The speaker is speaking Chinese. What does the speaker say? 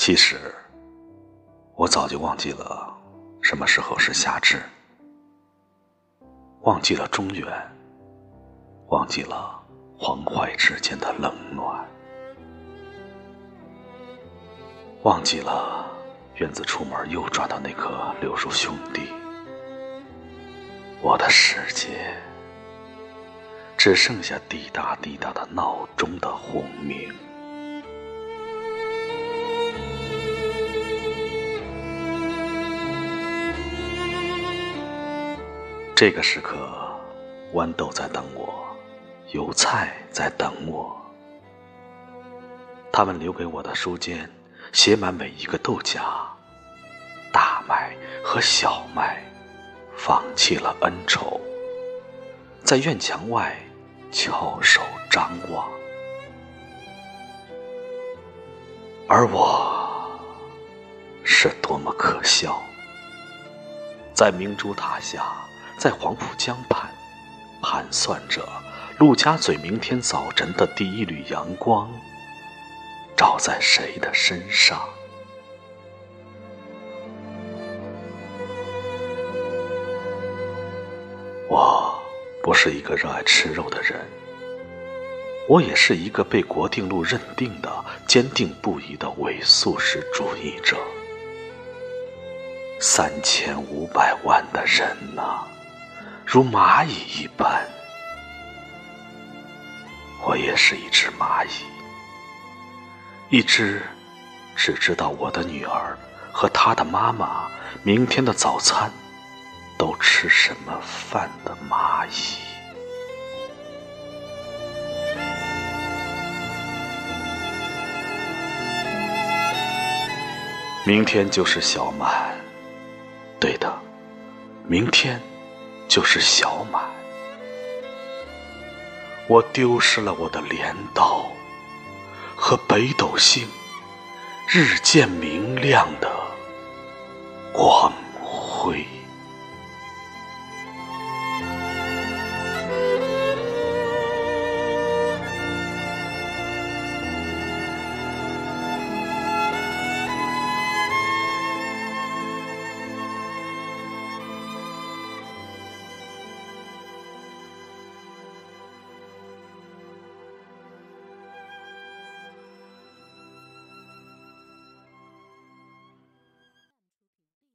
其实我早就忘记了什么时候是夏至，忘记了中原，忘记了黄淮之间的冷暖，忘记了院子出门右转的那棵柳树兄弟。我的世界只剩下滴答滴答的闹钟的轰鸣。这个时刻，豌豆在等我，油菜在等我。他们留给我的书间写满每一个豆荚，大麦和小麦放弃了恩仇，在院墙外翘首张望。而我是多么可笑，在明珠塔下，在黄浦江畔，盘算着陆家嘴明天早晨的第一缕阳光照在谁的身上。我不是一个热爱吃肉的人，我也是一个被国定路认定的坚定不移的伪素食主义者。3500万的人啊，如蚂蚁一般。我也是一只蚂蚁，一只只知道我的女儿和她的妈妈明天的早餐都吃什么饭的蚂蚁。明天就是小满，对的，明天就是小满。我丢失了我的镰刀和北斗星日渐明亮的光辉。